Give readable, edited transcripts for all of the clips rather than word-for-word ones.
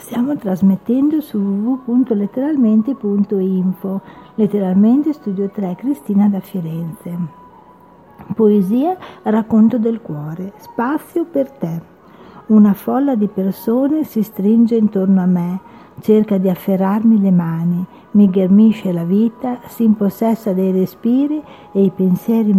Stiamo trasmettendo su www.letteralmente.info. Letteralmente Studio 3, Cristina da Firenze. Poesia, racconto del cuore. Spazio per te. Una folla di persone si stringe intorno a me, cerca di afferrarmi le mani, mi ghermisce la vita, si impossessa dei respiri e i pensieri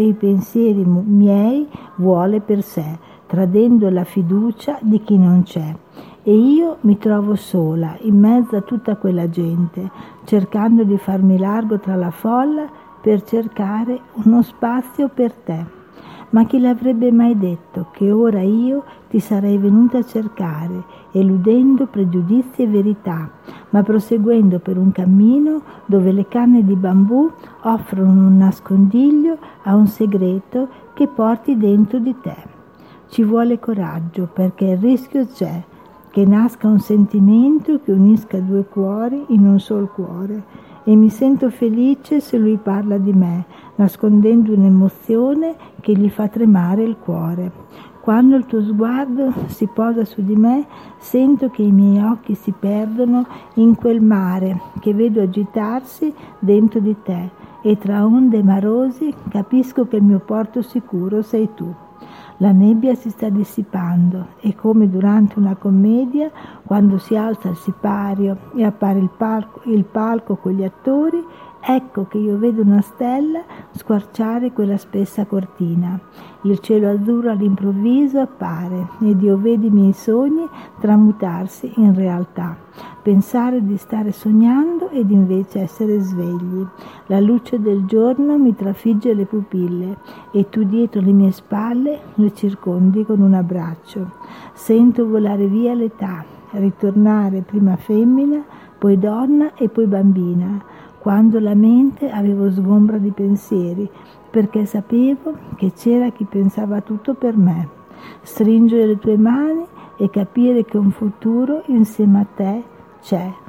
miei vuole per sé, tradendo la fiducia di chi non c'è. E io mi trovo sola, in mezzo a tutta quella gente, cercando di farmi largo tra la folla per cercare uno spazio per te. Ma chi l'avrebbe mai detto che ora io ti sarei venuta a cercare, eludendo pregiudizi e verità, ma proseguendo per un cammino dove le canne di bambù offrono un nascondiglio a un segreto che porti dentro di te. Ci vuole coraggio perché il rischio c'è, che nasca un sentimento che unisca due cuori in un sol cuore, e mi sento felice se lui parla di me, nascondendo un'emozione che gli fa tremare il cuore. Quando il tuo sguardo si posa su di me, sento che i miei occhi si perdono in quel mare che vedo agitarsi dentro di te, e tra onde marosi capisco che il mio porto sicuro sei tu. La nebbia si sta dissipando e, come durante una commedia, quando si alza il sipario e appare il palco con gli attori, ecco che io vedo una stella squarciare quella spessa cortina. Il cielo azzurro all'improvviso appare ed io vedo i miei sogni tramutarsi in realtà. Pensare di stare sognando ed invece essere svegli. La luce del giorno mi trafigge le pupille e tu dietro le mie spalle le circondi con un abbraccio. Sento volare via l'età, ritornare prima femmina, poi donna e poi bambina, quando la mente avevo sgombra di pensieri, perché sapevo che c'era chi pensava tutto per me. Stringere le tue mani e capire che un futuro insieme a te c'è.